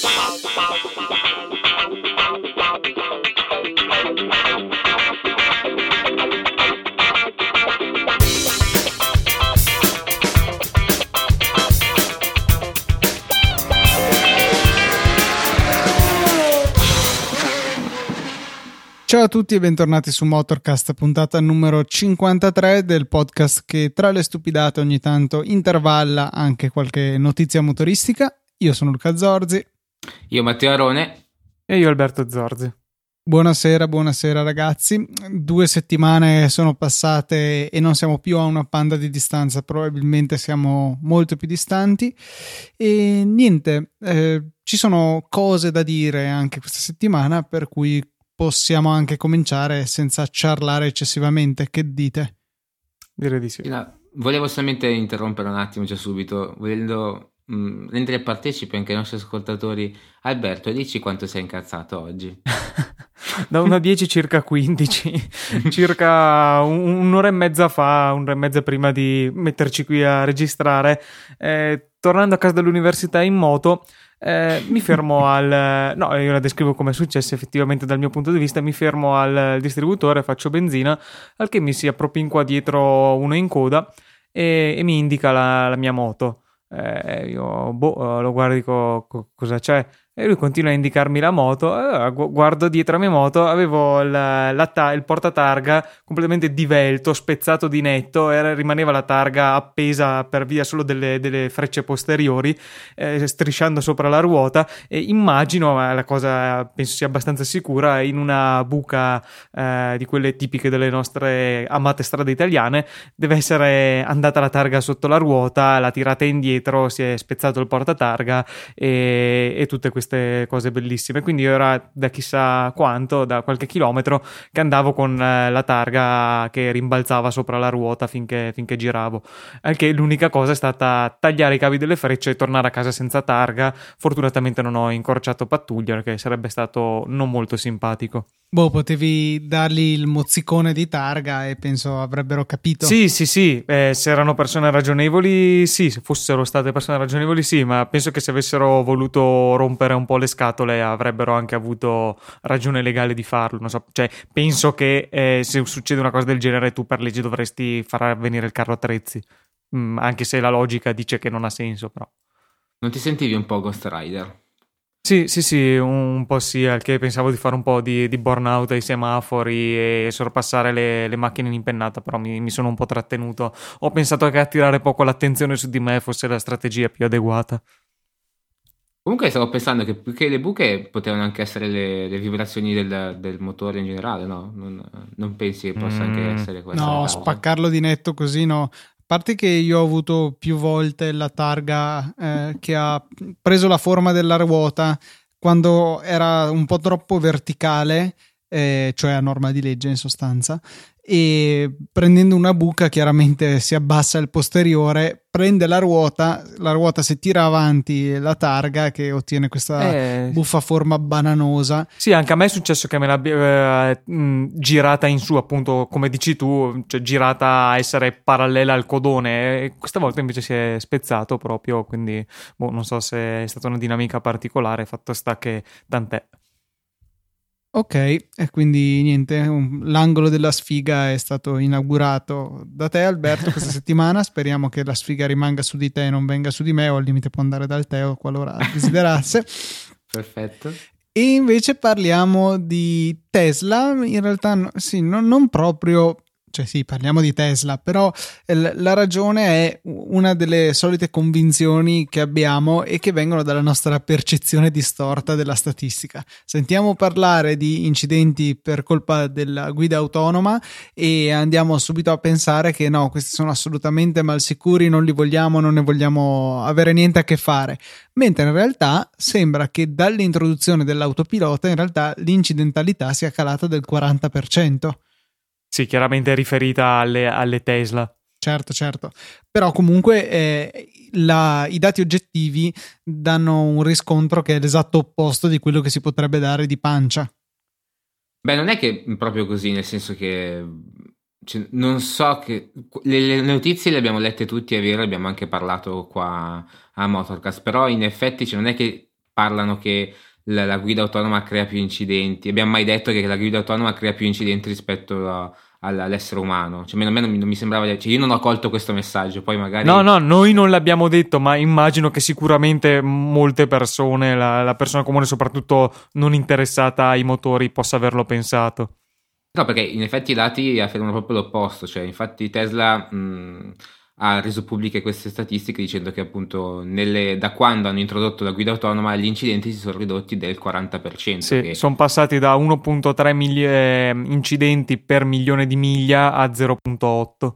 Ciao a tutti e bentornati su Motorcast, puntata numero 53 del podcast che tra le stupidate ogni tanto intervalla anche qualche notizia motoristica. Io sono Luca Zorzi. Io Matteo Arone. E io Alberto Zorzi. Buonasera ragazzi. 2 settimane sono passate e non siamo più a una panda di distanza, probabilmente siamo molto più distanti e niente, ci sono cose da dire anche questa settimana, per cui possiamo anche cominciare senza ciarlare eccessivamente. Che dite? Direi di sì. No, volevo solamente interrompere un attimo già subito, volendo rendere partecipi anche ai nostri ascoltatori. Alberto, dici quanto sei incazzato oggi? Da 1 a 10 circa 15, circa un'ora e mezza fa, un'ora e mezza prima di metterci qui a registrare, tornando a casa dall'università in moto, mi fermo no, io la descrivo come è successo effettivamente dal mio punto di vista. Mi fermo al distributore, faccio benzina, al che mi si appropinqua dietro uno in coda e mi indica la mia moto. Io lo guardo e dico cosa c'è, e lui continua a indicarmi la moto. Guardo dietro la mia moto, avevo il portatarga completamente divelto, spezzato di netto, rimaneva la targa appesa per via solo delle frecce posteriori, strisciando sopra la ruota, e immagino, ma la cosa penso sia abbastanza sicura, in una buca di quelle tipiche delle nostre amate strade italiane deve essere andata la targa sotto la ruota, la tirata indietro, si è spezzato il portatarga e tutte queste cose bellissime. Quindi io era da chissà quanto, da qualche chilometro, che andavo con la targa che rimbalzava sopra la ruota finché giravo, anche l'unica cosa è stata tagliare i cavi delle frecce e tornare a casa senza targa. Fortunatamente non ho incrociato pattuglia, perché sarebbe stato non molto simpatico. Potevi dargli il mozzicone di targa e penso avrebbero capito. Sì, se erano persone ragionevoli, sì, se fossero state persone ragionevoli, sì, ma penso che se avessero voluto rompere un po' le scatole avrebbero anche avuto ragione legale di farlo. Non so, cioè, penso che se succede una cosa del genere tu per legge dovresti far avvenire il carro attrezzi, anche se la logica dice che non ha senso, però. Non ti sentivi un po' Ghost Rider? Sì, un po' sì, al che pensavo di fare un po' di burnout ai semafori e sorpassare le macchine in impennata, però mi sono un po' trattenuto. Ho pensato che attirare poco l'attenzione su di me fosse la strategia più adeguata. Comunque stavo pensando che più che le buche potevano anche essere le vibrazioni del motore in generale, no? Non pensi che possa anche essere questa la No, causa? spaccarlo di netto così no. A parte che io ho avuto più volte la targa che ha preso la forma della ruota quando era un po' troppo verticale, cioè a norma di legge in sostanza, e prendendo una buca chiaramente si abbassa il posteriore, prende la ruota si tira avanti la targa che ottiene questa buffa forma bananosa. Sì, anche a me è successo che me l'abbia girata in su, appunto come dici tu, cioè girata a essere parallela al codone, e questa volta invece si è spezzato proprio, quindi non so se è stata una dinamica particolare, fatto sta che tant'è. Ok, e quindi niente, l'angolo della sfiga è stato inaugurato da te, Alberto, questa settimana. Speriamo che la sfiga rimanga su di te e non venga su di me, o al limite può andare dal Teo qualora desiderasse. Perfetto. E invece parliamo di Tesla. In realtà sì, non proprio, cioè sì, parliamo di Tesla, però la ragione è una delle solite convinzioni che abbiamo e che vengono dalla nostra percezione distorta della statistica. Sentiamo parlare di incidenti per colpa della guida autonoma e andiamo subito a pensare che no, questi sono assolutamente malsicuri, non li vogliamo, non ne vogliamo avere niente a che fare, mentre in realtà sembra che dall'introduzione dell'autopilota in realtà l'incidentalità sia calata del 40%. Sì, chiaramente è riferita alle Tesla. Certo, però comunque i dati oggettivi danno un riscontro che è l'esatto opposto di quello che si potrebbe dare di pancia. Beh, non è che proprio così, nel senso che non so, che le notizie le abbiamo lette tutti, è vero, abbiamo anche parlato qua a Motorcast, però in effetti non è che parlano che la guida autonoma crea più incidenti. Abbiamo mai detto che la guida autonoma crea più incidenti rispetto all'essere umano? Cioè, a me non mi sembrava, cioè, io non ho colto questo messaggio, poi magari... No, noi non l'abbiamo detto, ma immagino che sicuramente molte persone, la persona comune soprattutto non interessata ai motori, possa averlo pensato. No, perché in effetti i dati affermano proprio l'opposto, cioè infatti Tesla ha reso pubbliche queste statistiche dicendo che appunto da quando hanno introdotto la guida autonoma gli incidenti si sono ridotti del 40%. Sì, sono passati da 1,3 incidenti per milione di miglia a 0,8.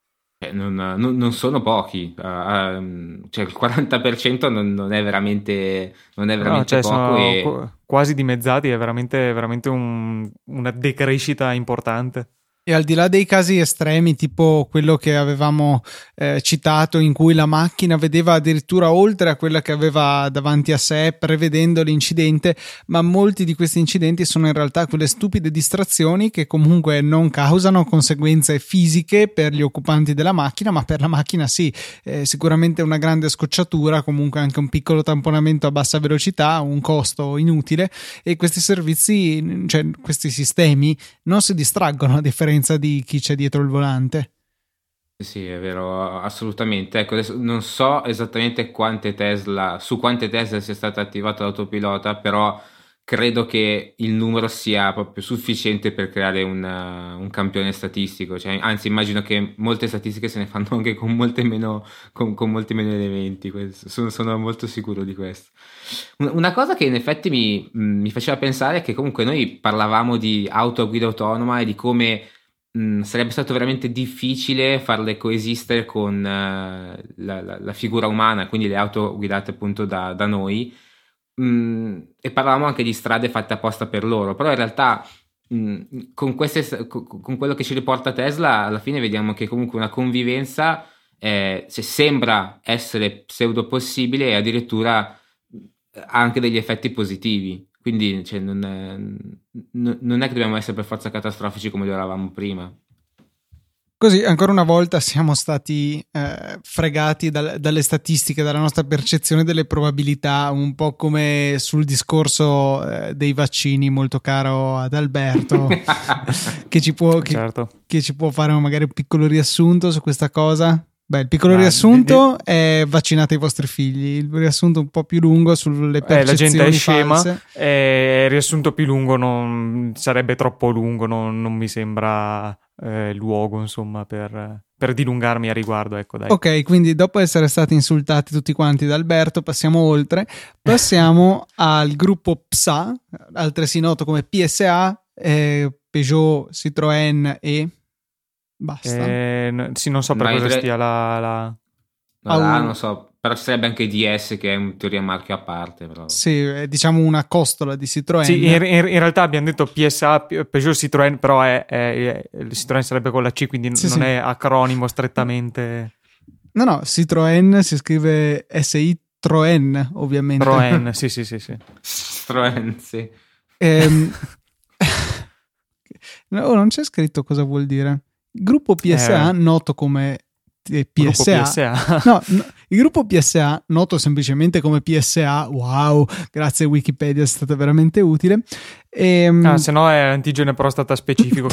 Non sono pochi, cioè il 40% non è veramente cioè poco. Sono quasi dimezzati, è veramente una decrescita importante. E al di là dei casi estremi, tipo quello che avevamo citato, in cui la macchina vedeva addirittura oltre a quella che aveva davanti a sé, prevedendo l'incidente, ma molti di questi incidenti sono in realtà quelle stupide distrazioni che comunque non causano conseguenze fisiche per gli occupanti della macchina, ma per la macchina sì. Sicuramente una grande scocciatura, comunque anche un piccolo tamponamento a bassa velocità, un costo inutile, e questi servizi, cioè questi sistemi, non si distraggono a differenza di chi c'è dietro il volante. Sì, è vero, assolutamente. Ecco, adesso non so esattamente su quante Tesla sia stata attivata l'autopilota, però credo che il numero sia proprio sufficiente per creare un campione statistico. Cioè, anzi, immagino che molte statistiche se ne fanno anche con molti meno elementi. Sono molto sicuro di questo. Una cosa che in effetti mi faceva pensare è che comunque noi parlavamo di auto a guida autonoma e di come sarebbe stato veramente difficile farle coesistere con la figura umana, quindi le auto guidate appunto da noi, e parlavamo anche di strade fatte apposta per loro, però in realtà con quello che ci riporta Tesla alla fine vediamo che comunque una convivenza sembra essere pseudo possibile e addirittura ha anche degli effetti positivi. Quindi cioè, non è che dobbiamo essere per forza catastrofici come lo eravamo prima. Così ancora una volta siamo stati fregati dalle statistiche, dalla nostra percezione delle probabilità, un po' come sul discorso dei vaccini molto caro ad Alberto che ci può fare magari un piccolo riassunto su questa cosa. Beh, il piccolo riassunto è vaccinate i vostri figli, il riassunto un po' più lungo sulle percezioni la gente è scema, false. Il riassunto più lungo non sarebbe troppo lungo, non mi sembra luogo insomma per dilungarmi a riguardo, ecco, dai. Ok, quindi dopo essere stati insultati tutti quanti da Alberto passiamo oltre, passiamo al gruppo PSA, altresì noto come PSA, Peugeot, Citroën e... basta. Sì, non so per cosa stia la... non so, però ci sarebbe anche DS che è in teoria marchio a parte. Però. Sì, è diciamo una costola di Citroën. Sì, in realtà abbiamo detto PSA, Peugeot Citroën, però il Citroën sarebbe con la C, quindi non è acronimo strettamente. No, Citroën si scrive SI-Troen, ovviamente. Troen, sì. Citroën, sì. No, non c'è scritto cosa vuol dire. Gruppo PSA, noto come PSA. No, il gruppo PSA, noto semplicemente come PSA. Wow, grazie Wikipedia, è stata veramente utile. Se no è antigene prostata specifico.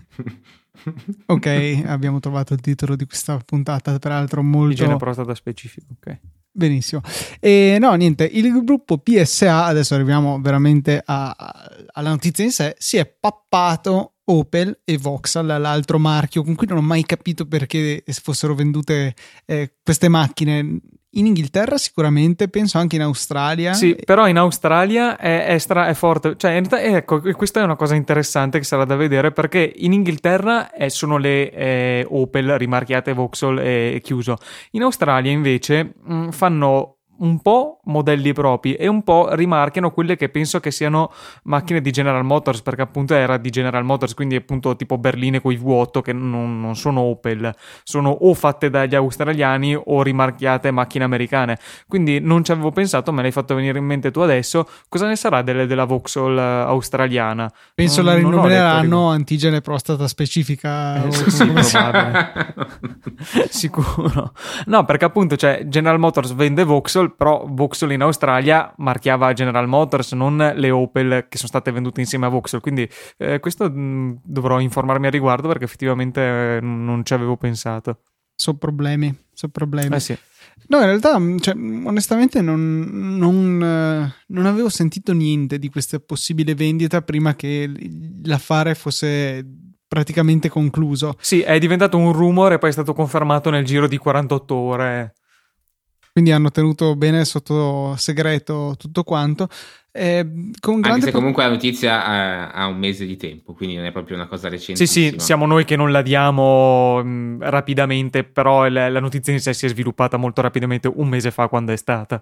Ok, abbiamo trovato il titolo di questa puntata, peraltro molto... Antigene prostata specifico, ok. Benissimo. E no, niente, il gruppo PSA, adesso arriviamo veramente alla notizia in sé, si è pappato Opel e Vauxhall, l'altro marchio con cui non ho mai capito perché fossero vendute queste macchine. In Inghilterra sicuramente, penso anche in Australia. Sì, però in Australia è forte. Cioè, in realtà, ecco, questa è una cosa interessante che sarà da vedere, perché in Inghilterra sono le Opel rimarchiate Vauxhall e chiuso. In Australia invece fanno un po' modelli propri e un po' rimarchiano quelle che penso che siano macchine di General Motors, perché appunto era di General Motors, quindi appunto tipo berline con i V8 che non sono Opel, sono o fatte dagli australiani o rimarchiate macchine americane, quindi non ci avevo pensato, me l'hai fatto venire in mente tu adesso. Cosa ne sarà della Vauxhall australiana? Penso la rinomineranno antigene prostata specifica sì, probabile. Sicuro. No, perché appunto General Motors vende Vauxhall Vauxhall, però Vauxhall in Australia marchiava General Motors, non le Opel che sono state vendute insieme a Vauxhall, quindi questo dovrò informarmi a riguardo perché effettivamente non ci avevo pensato. Sono problemi. Sì. No, in realtà, cioè, onestamente non avevo sentito niente di questa possibile vendita prima che l'affare fosse praticamente concluso. Sì, è diventato un rumor e poi è stato confermato nel giro di 48 ore. Quindi hanno tenuto bene sotto segreto tutto quanto. Con grande Anche se comunque la notizia ha un mese di tempo, quindi non è proprio una cosa recentissima. Sì, siamo noi che non la diamo rapidamente, però la notizia in sé si è sviluppata molto rapidamente un mese fa quando è stata.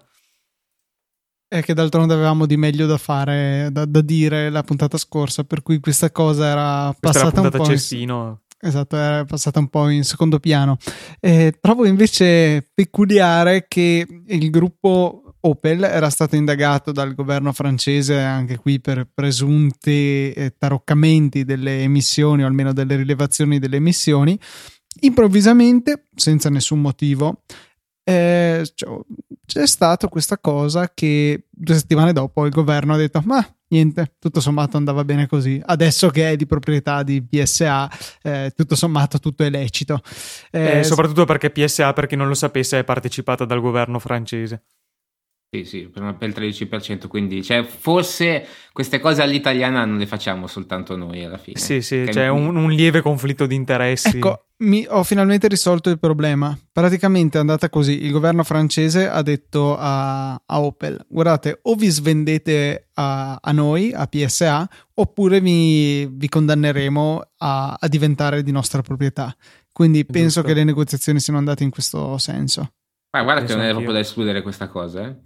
È che d'altronde avevamo di meglio da fare, da dire la puntata scorsa, per cui questa cosa era passata un po'. Cestino. Esatto, è passata un po' in secondo piano. Trovo invece peculiare che il gruppo Opel era stato indagato dal governo francese anche qui per presunti taroccamenti delle emissioni o almeno delle rilevazioni delle emissioni. Improvvisamente, senza nessun motivo, c'è stata questa cosa che 2 settimane dopo il governo ha detto ma niente, tutto sommato andava bene così, adesso che è di proprietà di PSA tutto sommato tutto è lecito, soprattutto perché PSA, per chi non lo sapesse, è partecipata dal governo francese. Sì, per il 13%, quindi cioè, forse queste cose all'italiana non le facciamo soltanto noi alla fine. Sì, c'è un lieve conflitto di interessi. Ecco, ho finalmente risolto il problema. Praticamente è andata così, il governo francese ha detto a Opel, guardate, o vi svendete a noi, a PSA, oppure vi condanneremo a diventare di nostra proprietà. Quindi penso che le negoziazioni siano andate in questo senso. Ma guarda che non è proprio da escludere questa cosa,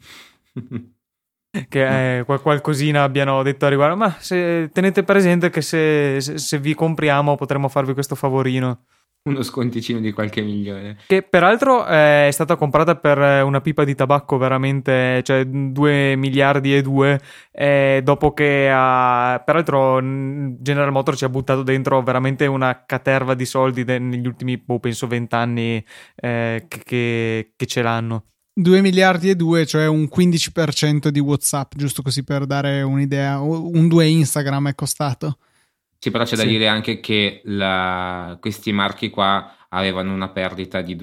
che qualcosina abbiano detto a riguardo, ma tenete presente che se vi compriamo potremmo farvi questo favorino. Uno sconticino di qualche milione. Che peraltro è stata comprata per una pipa di tabacco veramente, cioè 2 miliardi e 2, dopo che peraltro General Motors ci ha buttato dentro veramente una caterva di soldi negli ultimi, penso 20 anni che ce l'hanno. 2 miliardi e 2, cioè un 15% di WhatsApp, giusto così per dare un'idea. Un 2 Instagram è costato. Sì, però c'è da dire anche che questi marchi qua avevano una perdita di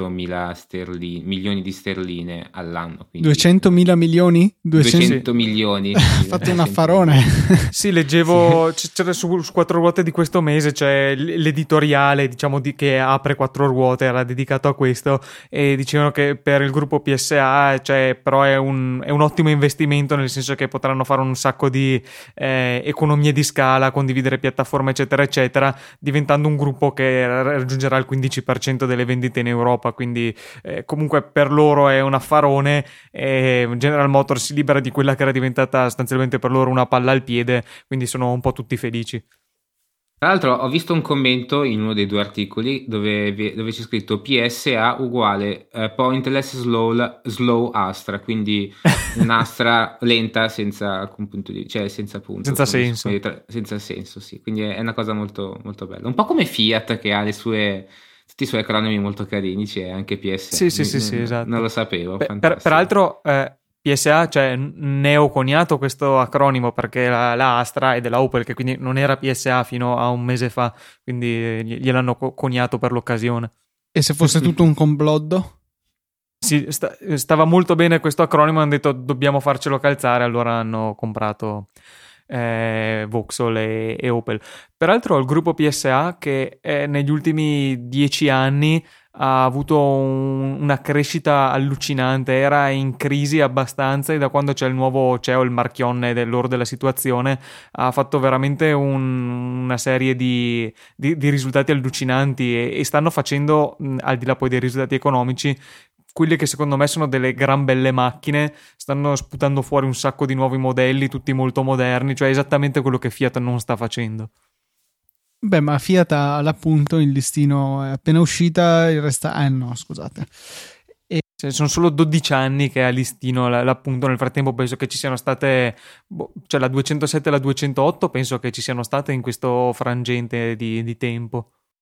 200.000 milioni di sterline all'anno. 200.000 milioni? 200 milioni. Ha fatto un affarone. Sì, leggevo, c'era su 4 ruote di questo mese, cioè l'editoriale, diciamo, che apre 4 ruote, era dedicato a questo, e dicevano che per il gruppo PSA, cioè, però è un ottimo investimento, nel senso che potranno fare un sacco di economie di scala, condividere piattaforme, eccetera, eccetera, diventando un gruppo che raggiungerà il 15% delle vendite in Europa, quindi comunque per loro è un affarone. General Motors si libera di quella che era diventata sostanzialmente per loro una palla al piede, quindi sono un po' tutti felici. Tra l'altro ho visto un commento in uno dei 2 articoli dove c'è scritto PSA uguale pointless slow Astra, quindi un'Astra lenta senza alcun punto cioè senza punto, senza senso. Senza senso, sì, quindi è una cosa molto, molto bella, un po' come Fiat che ha tutti i suoi acronimi molto carini, c'è anche PSA. Sì, esatto. Non lo sapevo. Peraltro PSA, cioè ne ho coniato questo acronimo perché la Astra è della Opel, che quindi non era PSA fino a un mese fa, quindi gliel'hanno coniato per l'occasione. E se fosse tutto un complotto? Sì, stava molto bene questo acronimo, hanno detto dobbiamo farcelo calzare, allora hanno comprato Vauxhall e Opel. Peraltro il gruppo PSA che negli ultimi 10 anni ha avuto una crescita allucinante, era in crisi abbastanza, e da quando c'è il nuovo CEO, il Marchionne dell'oro della situazione, ha fatto veramente una serie di risultati allucinanti, e stanno facendo, al di là poi dei risultati economici, quelle che secondo me sono delle gran belle macchine. Stanno sputando fuori un sacco di nuovi modelli, tutti molto moderni, cioè esattamente quello che Fiat non sta facendo. Beh, ma Fiat ha l'appunto, il listino è appena uscita, il resto... no, scusate. Cioè, sono solo 12 anni che ha listino l'appunto. Nel frattempo penso che ci siano state, cioè la 207 e la 208 penso che ci siano state in questo frangente di tempo.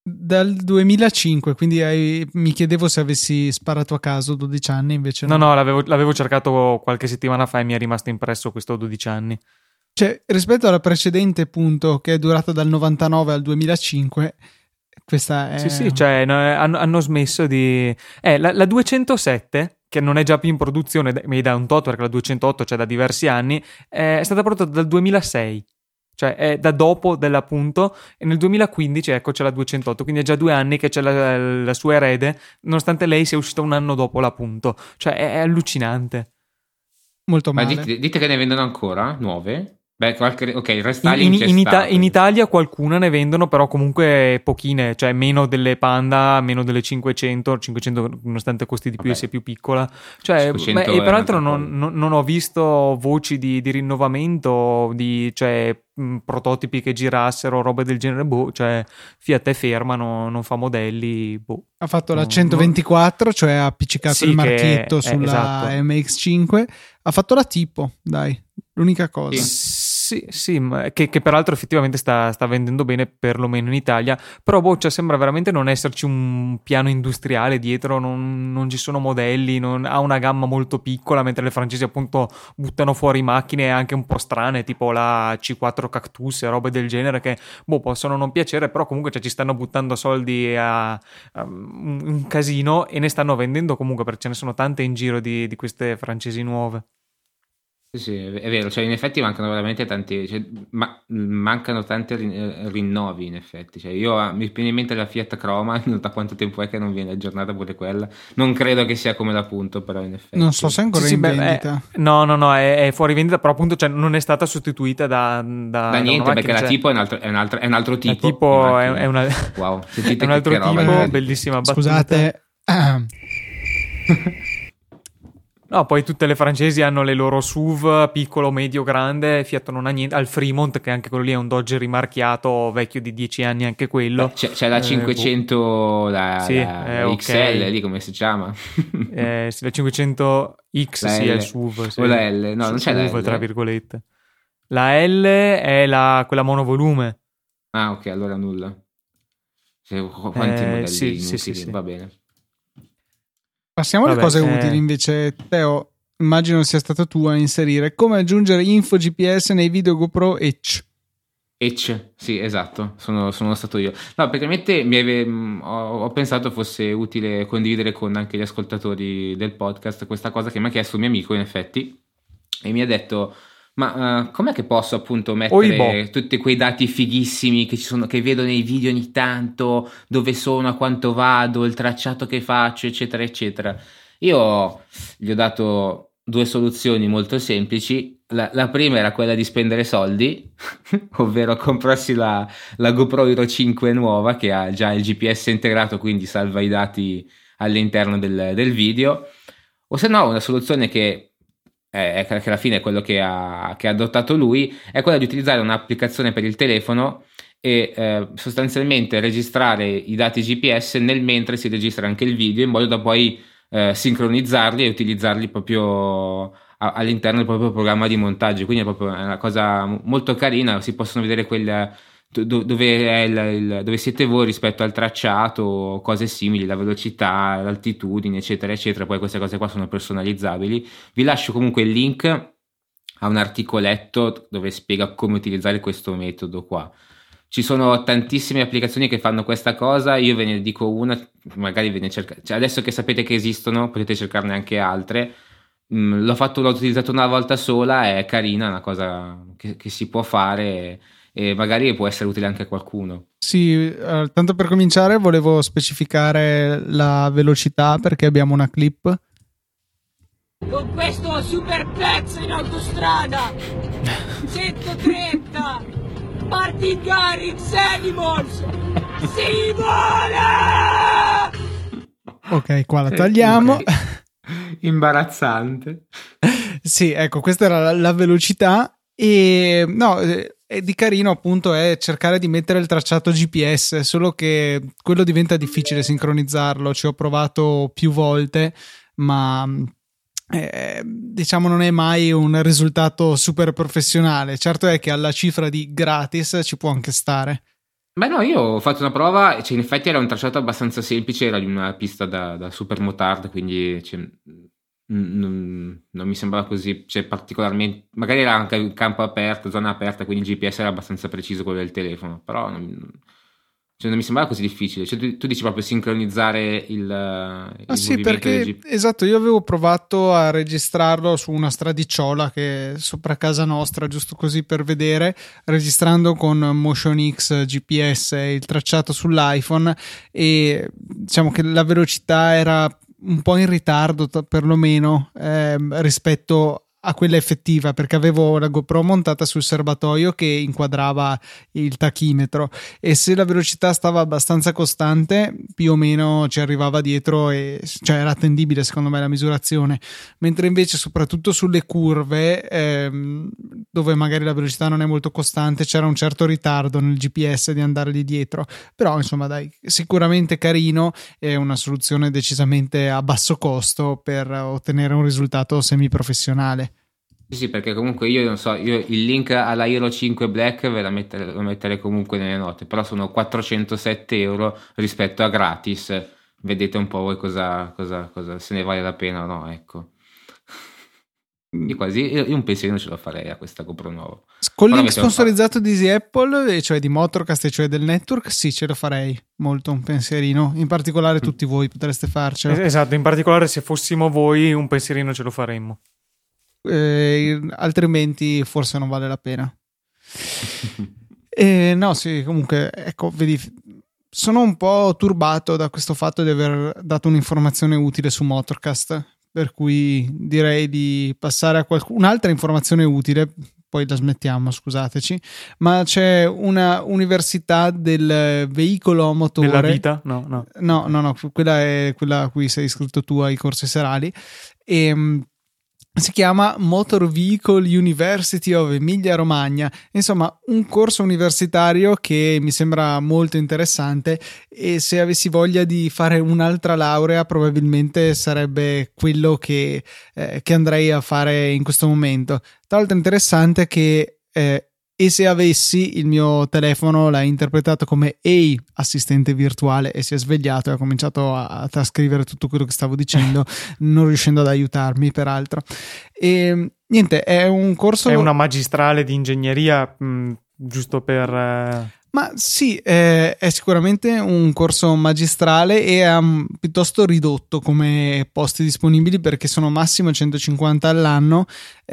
Dal 2005, quindi mi chiedevo se avessi sparato a caso 12 anni, invece no. No, l'avevo cercato qualche settimana fa e mi è rimasto impresso questo 12 anni. Cioè, rispetto alla precedente, appunto, che è durata dal 99 al 2005, questa è... Sì, cioè hanno smesso di... La 207, che non è già più in produzione, da un tot, perché la 208 c'è da diversi anni, è stata prodotta dal 2006. Cioè è da dopo dell'appunto, e nel 2015 ecco c'è la 208, quindi è già 2 anni che c'è la sua erede, nonostante lei sia uscita un anno dopo l'appunto. Cioè è allucinante. Molto male. Ma dite che ne vendono ancora? 9? Beh, ok, il restyling in Italia qualcuna ne vendono, però comunque pochine, cioè meno delle Panda, meno delle 500 nonostante costi di più e sia più piccola. Cioè, e peraltro non ho visto voci di rinnovamento, cioè prototipi che girassero, robe del genere, cioè Fiat è ferma, non fa modelli, Ha fatto la 124, cioè ha appiccicato il marchietto sulla esatto. MX5, ha fatto la Tipo, dai, l'unica cosa. Sì, che peraltro effettivamente sta vendendo bene, perlomeno in Italia, però cioè, sembra veramente non esserci un piano industriale dietro, non ci sono modelli, ha una gamma molto piccola, mentre le francesi appunto buttano fuori macchine anche un po' strane, tipo la C4 Cactus e robe del genere che possono non piacere, però comunque cioè, ci stanno buttando soldi a un casino e ne stanno vendendo comunque, perché ce ne sono tante in giro di queste francesi nuove. Sì, è vero, cioè in effetti mancano veramente tanti, cioè, mancano tanti rinnovi in effetti, cioè io mi viene in mente la Fiat Croma, da quanto tempo è che non viene aggiornata pure quella, non credo che sia come l'appunto, però in effetti. Non so se è ancora in vendita. No, è fuori vendita, però appunto cioè, non è stata sostituita da niente, perché la Tipo è un altro tipo. La Tipo è una... Wow, sentite è un altro tipo, bellissima battuta. Scusate. No, poi tutte le francesi hanno le loro SUV, piccolo, medio, grande, Fiat non ha niente, al Fremont, che anche quello lì è un Dodge rimarchiato, vecchio di 10 anni anche quello. C'è la 500, la okay. XL, lì come si chiama? Sì, la 500X, sì, è il SUV. Sì. O la L, no, non c'è SUV, la L. Tra virgolette. La L è quella monovolume. Ah, ok, allora nulla. Quanti modelli sì. Va bene. Passiamo alle cose utili invece. Teo, immagino sia stato tu a inserire come aggiungere info GPS nei video GoPro Edge. Sì, esatto, sono stato io. No, praticamente ho pensato fosse utile condividere con anche gli ascoltatori del podcast questa cosa che mi ha chiesto un mio amico in effetti, e mi ha detto: ma com'è che posso appunto mettere tutti quei dati fighissimi che ci sono, che vedo nei video ogni tanto, dove sono, a quanto vado, il tracciato che faccio, eccetera eccetera. Io gli ho dato 2 soluzioni molto semplici. La prima era quella di spendere soldi, ovvero comprarsi la GoPro Hero 5 nuova che ha già il GPS integrato, quindi salva i dati all'interno del video, o se no una soluzione che alla fine è quello che ha adottato lui, è quella di utilizzare un'applicazione per il telefono e sostanzialmente registrare i dati GPS nel mentre si registra anche il video, in modo da poi sincronizzarli e utilizzarli proprio all'interno del proprio programma di montaggio. Quindi è proprio una cosa molto carina, si possono vedere dove siete voi rispetto al tracciato, cose simili, la velocità, l'altitudine, eccetera eccetera. Poi queste cose qua sono personalizzabili. Vi lascio comunque il link a un articoletto dove spiega come utilizzare questo metodo qua. Ci sono tantissime applicazioni che fanno questa cosa, io ve ne dico una, magari ve ne cercate, cioè adesso che sapete che esistono potete cercarne anche altre. L'ho utilizzato una volta sola, è carina, è una cosa che si può fare e magari può essere utile anche a qualcuno. Sì, tanto per cominciare volevo specificare la velocità, perché abbiamo una clip. Con questo super pezzo in autostrada 130 Martin Garrix Animals si vola! Ok, qua la tagliamo. Okay. Imbarazzante. Sì, ecco, questa era la velocità. E no, di carino appunto è cercare di mettere il tracciato GPS, solo che quello diventa difficile sincronizzarlo. Ci ho provato più volte, ma diciamo non è mai un risultato super professionale. Certo è che alla cifra di gratis ci può anche stare. Beh no, io ho fatto una prova, cioè in effetti era un tracciato abbastanza semplice, era di una pista da supermotard, quindi cioè, non mi sembrava così, cioè, particolarmente, magari era anche il campo aperto, zona aperta, quindi il GPS era abbastanza preciso quello del telefono, però cioè, non mi sembrava così difficile. Cioè, tu dici proprio sincronizzare il Sì, movimento del perché GPS. esatto, io avevo provato a registrarlo su una stradiciola che è sopra casa nostra, giusto così per vedere, registrando con MotionX GPS il tracciato sull'iPhone, e diciamo che la velocità era un po' in ritardo, perlomeno rispetto a quella effettiva, perché avevo la GoPro montata sul serbatoio che inquadrava il tachimetro, e se la velocità stava abbastanza costante più o meno ci arrivava dietro, e cioè era attendibile secondo me la misurazione, mentre invece soprattutto sulle curve dove magari la velocità non è molto costante c'era un certo ritardo nel GPS di andare lì dietro. Però insomma dai, sicuramente carino, è una soluzione decisamente a basso costo per ottenere un risultato semiprofessionale. Sì, perché comunque io non so, io il link alla Hero 5 Black lo metterei comunque nelle note, però sono 407 euro rispetto a gratis. Vedete un po' voi cosa se ne vale la pena o no, ecco. Io un pensierino ce lo farei a questa GoPro nuova. Con il link sponsorizzato di Easy Apple, e cioè di Motorcast, e cioè del network, sì, ce lo farei molto un pensierino. In particolare tutti voi potreste farcelo. Esatto, in particolare se fossimo voi un pensierino ce lo faremmo. Altrimenti forse non vale la pena. No, sì, comunque ecco, vedi, sono un po' turbato da questo fatto di aver dato un'informazione utile su Motorcast, per cui direi di passare a un'altra informazione utile, poi la smettiamo, scusateci, ma c'è una università del veicolo a motore. Della vita? No, quella è quella a cui sei iscritto tu ai corsi serali, e si chiama Motor Vehicle University of Emilia Romagna. Insomma, un corso universitario che mi sembra molto interessante, e se avessi voglia di fare un'altra laurea probabilmente sarebbe quello che andrei a fare in questo momento. Tra l'altro interessante che e se avessi, il mio telefono l'ha interpretato come ehi assistente virtuale, e si è svegliato e ha cominciato a trascrivere tutto quello che stavo dicendo, non riuscendo ad aiutarmi peraltro. E niente, è un corso, è una magistrale di ingegneria, giusto per ma sì, è sicuramente un corso magistrale, e è piuttosto ridotto come posti disponibili, perché sono massimo 150 all'anno,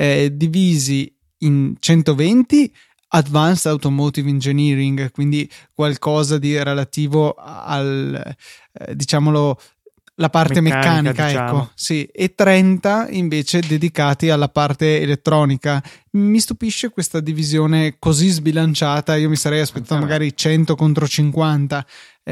divisi in 120 Advanced Automotive Engineering, quindi qualcosa di relativo al diciamolo la parte meccanica diciamo. Ecco, sì, e 30 invece dedicati alla parte elettronica. Mi stupisce questa divisione così sbilanciata, io mi sarei aspettato magari 100 contro 50. Sì,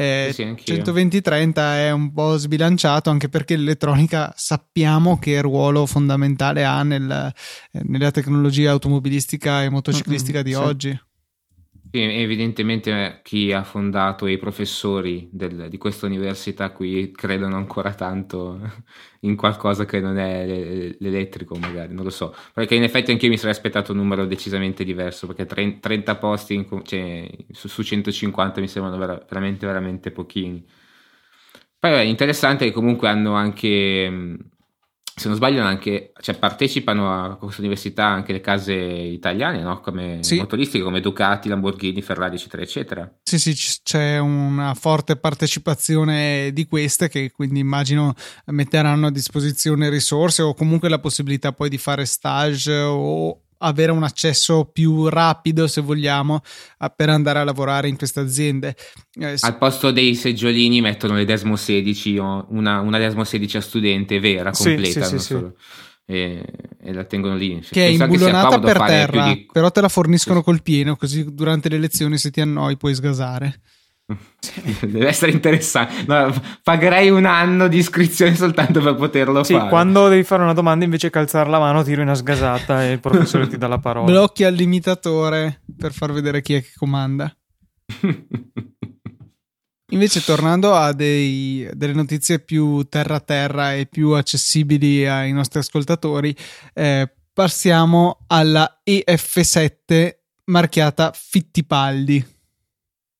120-30 è un po' sbilanciato, anche perché l'elettronica sappiamo che ruolo fondamentale ha nella tecnologia automobilistica e motociclistica di oggi. Sì, evidentemente chi ha fondato e i professori di questa università qui credono ancora tanto in qualcosa che non è l'elettrico, magari, non lo so, perché in effetti anche io mi sarei aspettato un numero decisamente diverso, perché 30 posti su 150 mi sembrano veramente veramente pochini. Poi è interessante che comunque hanno anche, se non sbaglio, partecipano a questa università anche le case italiane, no? Come sì, motoristiche, come Ducati, Lamborghini, Ferrari, eccetera, eccetera. Sì, c'è una forte partecipazione di queste, che quindi immagino metteranno a disposizione risorse, o comunque la possibilità poi di fare stage o avere un accesso più rapido, se vogliamo, per andare a lavorare in queste aziende. Al posto dei seggiolini mettono le Desmo 16, o una Desmo 16 a studente vera, completa, sì. Solo. E la tengono lì, che è imbullonata per terra, però te la forniscono col pieno, così durante le lezioni, se ti annoi, puoi sgasare. Deve essere interessante. No, pagherei un anno di iscrizione soltanto per poterlo fare. Quando devi fare una domanda, invece che alzare la mano, tiri una sgasata e il professore ti dà la parola. Blocchi al limitatore per far vedere chi è che comanda. Invece, tornando a delle notizie più terra e più accessibili ai nostri ascoltatori, passiamo alla EF7 marchiata Fittipaldi.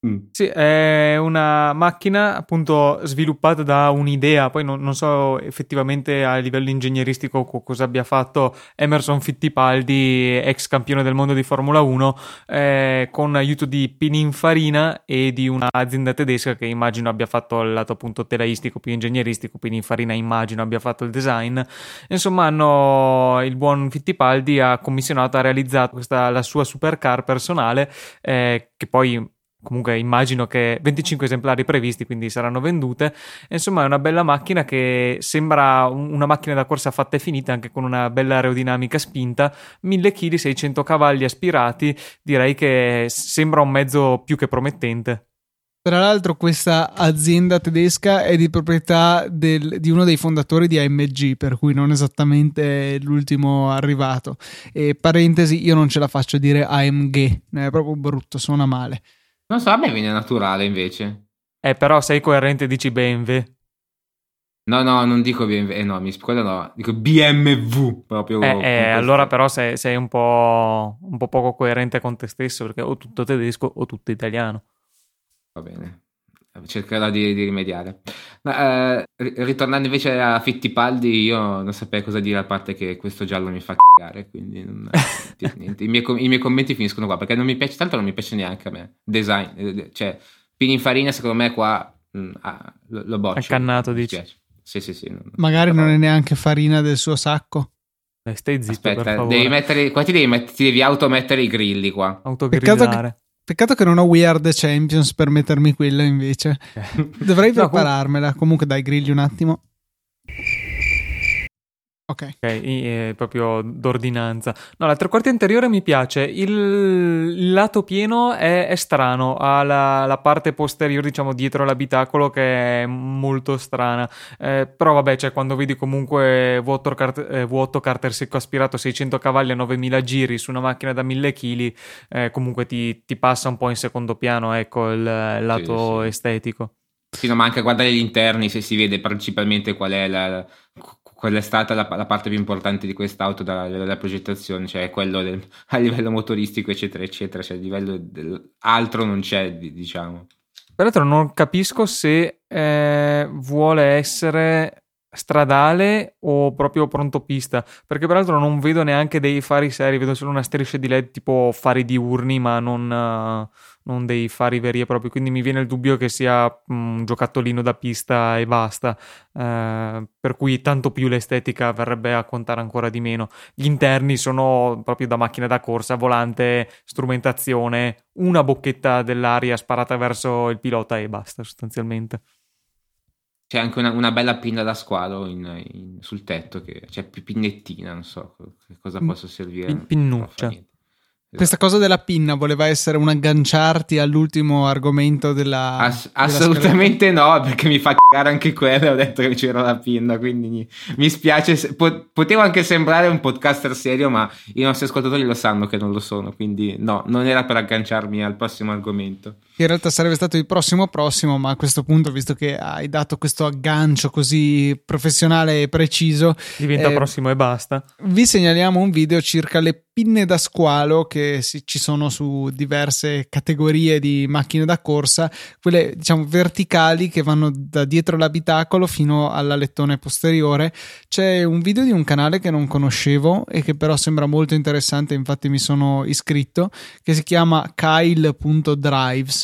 Sì, è una macchina appunto sviluppata da un'idea, poi non so effettivamente a livello ingegneristico cosa abbia fatto Emerson Fittipaldi, ex campione del mondo di Formula 1, con aiuto di Pininfarina e di un'azienda tedesca che immagino abbia fatto il lato appunto telaistico più ingegneristico. Pininfarina immagino abbia fatto il design. Insomma, il buon Fittipaldi ha commissionato, ha realizzato la sua supercar personale, che poi comunque immagino che 25 esemplari previsti, quindi saranno vendute. Insomma, è una bella macchina che sembra una macchina da corsa fatta e finita, anche con una bella aerodinamica spinta, 1000 kg, 600 cavalli aspirati. Direi che sembra un mezzo più che promettente. Tra l'altro questa azienda tedesca è di proprietà di uno dei fondatori di AMG, per cui non esattamente l'ultimo arrivato. E parentesi, io non ce la faccio a dire AMG, è proprio brutto, suona male. Non so, a me viene naturale invece. Però sei coerente, dici BMW. No, non dico BMW, no, quello no, dico BMW proprio. Allora però sei un po' poco coerente con te stesso, perché o tutto tedesco o tutto italiano. Va bene, cercherò di rimediare. Ma, ritornando invece a Fittipaldi, io non saprei cosa dire, a parte che questo giallo mi fa cagare, quindi niente. I miei commenti finiscono qua, perché non mi piace, tanto non mi piace neanche a me. Design, cioè Pininfarina secondo me qua lo boccio. È cannato, dici? Sì. Magari non è neanche farina del suo sacco. Stai zitto, aspetta, per favore. devi mettere, qua ti devi automettere i grilli qua. Autogrillare. Peccato che non ho We Are The Champions per mettermi quello invece. Dovrei prepararmela. Comunque dai, grilli un attimo. Ok, proprio d'ordinanza. No, la tre quarti anteriore mi piace. Il lato pieno è strano. Ha la parte posteriore, diciamo, dietro l'abitacolo, che è molto strana. Però vabbè, cioè, quando vedi comunque V8 carter secco aspirato 600 cavalli a 9000 giri su una macchina da 1000 kg, comunque ti passa un po' in secondo piano, ecco, il lato estetico. Sì, no, ma anche a guardare gli interni, se si vede principalmente qual è stata la parte più importante di quest'auto dalla progettazione, cioè quello a livello motoristico, eccetera, eccetera, cioè a livello altro non c'è, diciamo. Peraltro non capisco se vuole essere stradale o proprio pronto pista, perché peraltro non vedo neanche dei fari seri, vedo solo una striscia di LED tipo fari diurni, ma non dei fari veri e propri, quindi mi viene il dubbio che sia un giocattolino da pista e basta, per cui tanto più l'estetica verrebbe a contare ancora di meno. Gli interni sono proprio da macchina da corsa, volante, strumentazione, una bocchetta dell'aria sparata verso il pilota e basta sostanzialmente. C'è anche una bella pinna da squalo sul tetto, c'è più pinnettina, non so che cosa possa servire. Pinnuccia. Questa cosa della pinna voleva essere un agganciarti all'ultimo argomento della assolutamente no, perché mi fa cagare anche quello. Ho detto che c'era la pinna, quindi mi spiace. Potevo anche sembrare un podcaster serio, ma i nostri ascoltatori lo sanno che non lo sono, quindi no, non era per agganciarmi al prossimo argomento. In realtà sarebbe stato il prossimo, ma a questo punto, visto che hai dato questo aggancio così professionale e preciso, diventa prossimo e basta. Vi segnaliamo un video circa le pinne da squalo che ci sono su diverse categorie di macchine da corsa, quelle diciamo verticali che vanno da dietro l'abitacolo fino all'alettone posteriore. C'è un video di un canale che non conoscevo e che però sembra molto interessante, infatti mi sono iscritto, che si chiama Kyle.drives,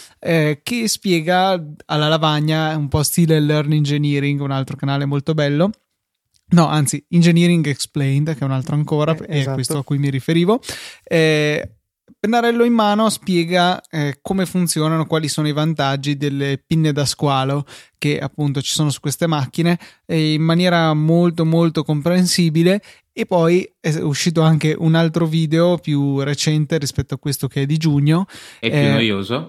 che spiega alla lavagna, un po' stile Learn Engineering, un altro canale molto bello. No, anzi, Engineering Explained, che è un altro ancora, è esatto. Questo a cui mi riferivo. Pennarello in mano spiega come funzionano, quali sono i vantaggi delle pinne da squalo che appunto ci sono su queste macchine, in maniera molto molto comprensibile. E poi è uscito anche un altro video più recente rispetto a questo, che è di giugno. È più noioso?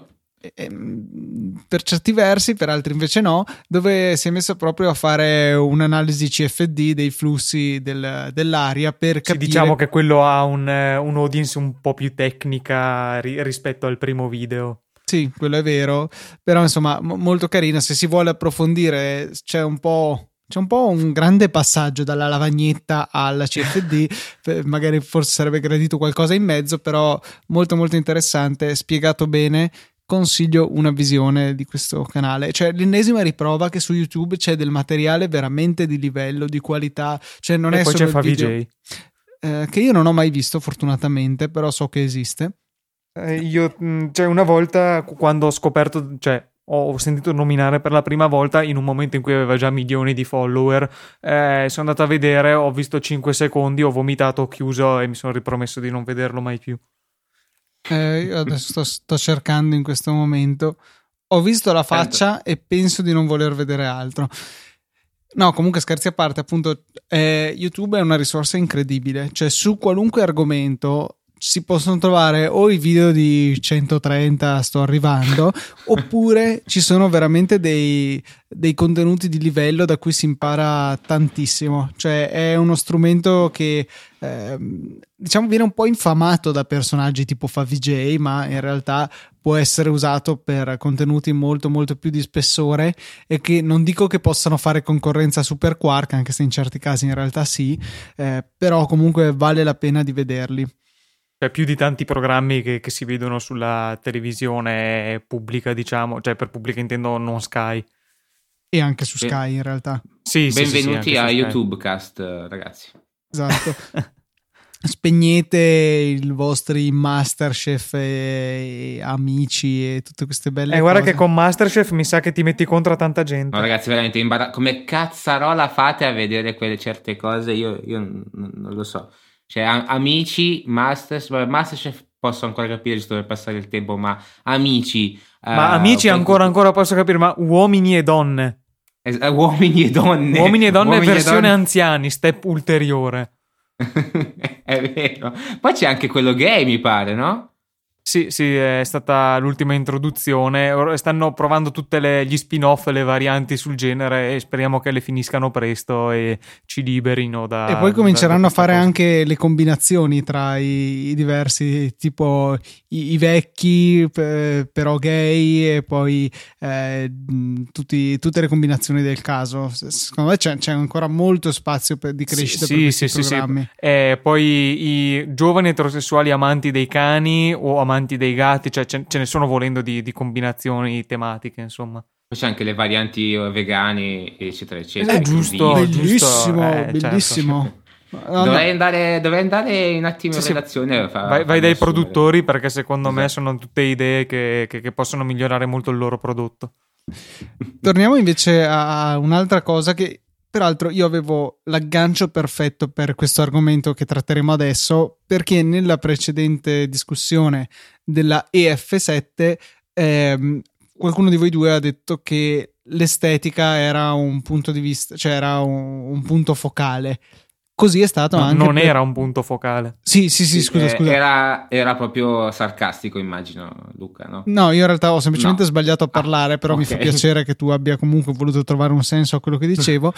Per certi versi, per altri invece no, dove si è messo proprio a fare un'analisi CFD dei flussi dell'aria per capire. Sì, diciamo che quello ha un audience un po' più tecnica rispetto al primo video. Sì, quello è vero, però insomma molto carina. Se si vuole approfondire c'è un po' un grande passaggio dalla lavagnetta alla CFD, magari forse sarebbe gradito qualcosa in mezzo, però molto molto interessante, spiegato bene consiglio una visione di questo canale. Cioè, l'ennesima riprova che su YouTube c'è del materiale veramente di livello, di qualità. Cioè, non e è poi solo c'è il video, FaVJ. che io non ho mai visto, fortunatamente, però so che esiste. Io, cioè, una volta quando ho scoperto, cioè, ho sentito nominare per la prima volta in un momento in cui aveva già milioni di follower, sono andato a vedere, ho visto 5 secondi, ho vomitato, ho chiuso e mi sono ripromesso di non vederlo mai più. Io adesso sto cercando in questo momento. Ho visto la faccia e penso di non voler vedere altro. No, comunque scherzi a parte, appunto, YouTube è una risorsa incredibile. Cioè, su qualunque argomento si possono trovare o i video di 130 sto arrivando, oppure ci sono veramente dei contenuti di livello da cui si impara tantissimo. Cioè, è uno strumento che diciamo viene un po' infamato da personaggi tipo FaVJ, ma in realtà può essere usato per contenuti molto molto più di spessore, e che non dico che possano fare concorrenza a Super Quark, anche se in certi casi in realtà sì, però comunque vale la pena di vederli. Cioè, più di tanti programmi che si vedono sulla televisione pubblica, diciamo, cioè per pubblica intendo non Sky. E anche su Sky in realtà. Sì, benvenuti sì, a Sky. YouTubecast, ragazzi. Esatto. Spegnete i vostri Masterchef e amici e tutte queste belle cose. Guarda che con Masterchef mi sa che ti metti contro a tanta gente. No, ragazzi, veramente come cazzarola fate a vedere quelle certe cose? Io non lo so. Cioè, amici, Masterchef posso ancora capire giusto per passare il tempo, ma amici... Ma amici ancora posso capire, ma uomini e donne. Uomini e donne. Uomini e donne Uomini versione e donne. anziani, step ulteriore. È vero. Poi c'è anche quello gay, mi pare, no? Sì, è stata l'ultima introduzione. Ora stanno provando tutte gli spin-off, le varianti sul genere, e speriamo che le finiscano presto e ci liberino da... E poi cominceranno a fare cosa. anche le combinazioni tra i diversi, tipo i vecchi però gay, e poi tutte le combinazioni del caso. Secondo me c'è ancora molto spazio di crescita per questi programmi. Poi i giovani eterosessuali amanti dei cani o amanti dei gatti, cioè ce ne sono volendo di combinazioni tematiche, insomma. Poi c'è anche le varianti vegane, eccetera, eccetera. È giusto, bellissimo, bellissimo. Certo. Dovrei andare un attimo in redazione. Vai dai produttori, perché secondo me sono tutte idee che possono migliorare molto il loro prodotto. Torniamo invece a un'altra cosa che peraltro io avevo l'aggancio perfetto per questo argomento che tratteremo adesso, perché nella precedente discussione della EF7 qualcuno di voi due ha detto che l'estetica era un punto di vista, cioè era un punto focale. Così è stato anche. Non era un punto focale. Sì, scusa. Era proprio sarcastico, immagino, Luca, no? No, io in realtà ho semplicemente sbagliato a parlare, però okay. Mi fa piacere che tu abbia comunque voluto trovare un senso a quello che dicevo.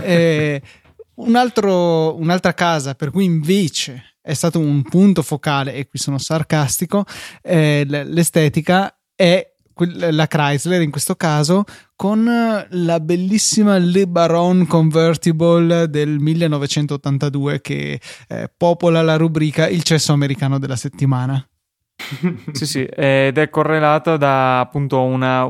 Un'altra casa per cui invece è stato un punto focale, e qui sono sarcastico, l'estetica è la Chrysler in questo caso, con la bellissima Le Baron Convertible del 1982 che popola la rubrica Il cesso americano della settimana. Sì, ed è correlata da appunto una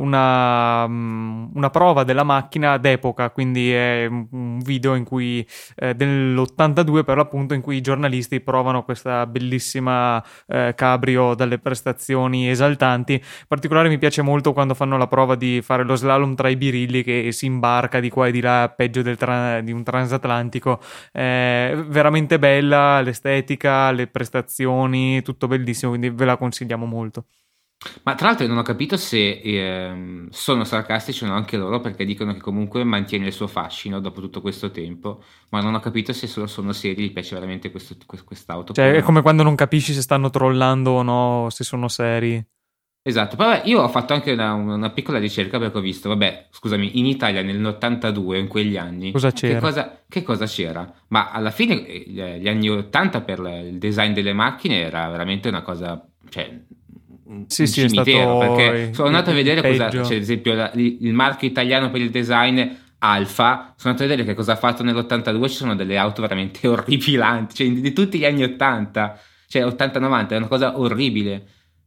prova della macchina d'epoca, quindi è un video in cui dell'82 per l'appunto, in cui i giornalisti provano questa bellissima cabrio dalle prestazioni esaltanti. In particolare mi piace molto quando fanno la prova di fare lo slalom tra i birilli, che si imbarca di qua e di là peggio di un transatlantico. Veramente bella l'estetica, le prestazioni, tutto bellissimo, quindi ve la consigliamo molto. Ma tra l'altro non ho capito se sono sarcastici o no anche loro, perché dicono che comunque mantiene il suo fascino dopo tutto questo tempo, ma non ho capito se solo sono seri, gli piace veramente quest'auto. Cioè è come quando non capisci se stanno trollando o no, se sono seri. Esatto. Poi io ho fatto anche una piccola ricerca, perché ho visto, vabbè, scusami, in Italia nell'82, in quegli anni, cosa c'era? Che cosa c'era? Ma alla fine gli anni 80 per il design delle macchine era veramente una cosa, cioè un cimitero, perché sono andato a vedere cosa c'è, ad esempio il marchio italiano per il design Alfa, sono andato a vedere che cosa ha fatto nell'82, ci sono delle auto veramente orripilanti, cioè di tutti gli anni 80, cioè 80-90, è una cosa orribile.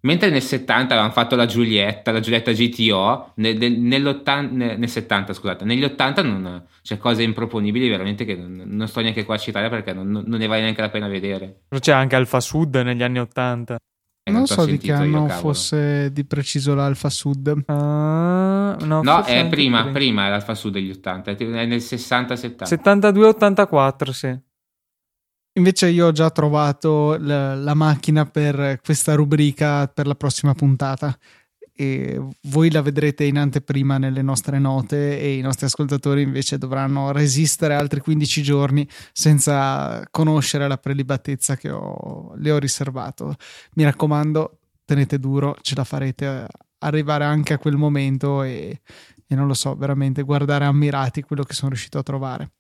Mentre nel 70 avevano fatto la Giulietta GTO, nel 70, scusate, negli 80 non, c'è cose improponibili veramente che non sto neanche qua a citare perché non ne vale neanche la pena vedere. Però c'è anche Alfa Sud negli anni 80. Non so di che anno fosse di preciso l'Alfa Sud. No, è prima è l'Alfa Sud degli 80, è nel 60-70. 72-84, sì. Invece io ho già trovato la macchina per questa rubrica per la prossima puntata e voi la vedrete in anteprima nelle nostre note e i nostri ascoltatori invece dovranno resistere altri 15 giorni senza conoscere la prelibatezza che le ho riservato. Mi raccomando, tenete duro, ce la farete arrivare anche a quel momento e non lo so, veramente guardare ammirati quello che sono riuscito a trovare.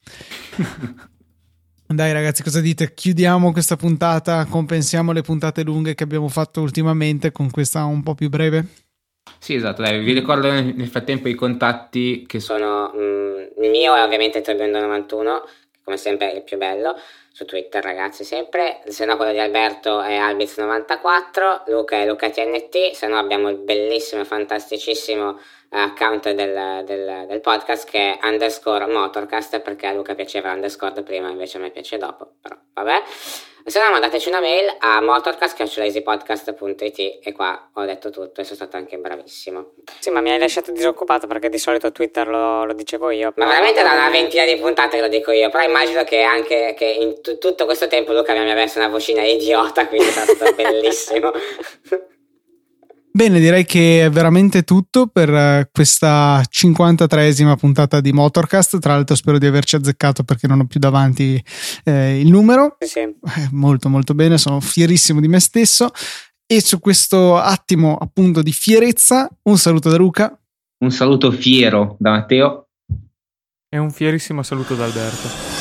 Dai ragazzi, cosa dite? Chiudiamo questa puntata, compensiamo le puntate lunghe che abbiamo fatto ultimamente con questa un po' più breve? Sì, esatto, dai, vi ricordo nel frattempo i contatti che sono il mio è ovviamente Trebiondo91, che come sempre è il più bello, su Twitter ragazzi sempre, se no quello di Alberto è Albiz94, Luca è LucaTNT, se no abbiamo il bellissimo e fantasticissimo account del podcast che è _motorcast, perché a Luca piaceva _ prima, invece a me piace dopo, però vabbè. Se no mandateci una mail a motorcast@easypodcast.it e qua ho detto tutto e sono stato anche bravissimo. Sì, ma mi hai lasciato disoccupato perché di solito Twitter lo dicevo io. Ma veramente da una ventina di puntate che lo dico io, però immagino che anche che in tutto questo tempo Luca mi abbia messo una vocina idiota, quindi è stato bellissimo. Bene, direi che è veramente tutto per questa 53esima puntata di Motorcast. Tra l'altro spero di averci azzeccato perché non ho più davanti il numero. Sì. Molto molto bene, sono fierissimo di me stesso. E su questo attimo appunto di fierezza, un saluto da Luca. Un saluto fiero da Matteo. E un fierissimo saluto da Alberto.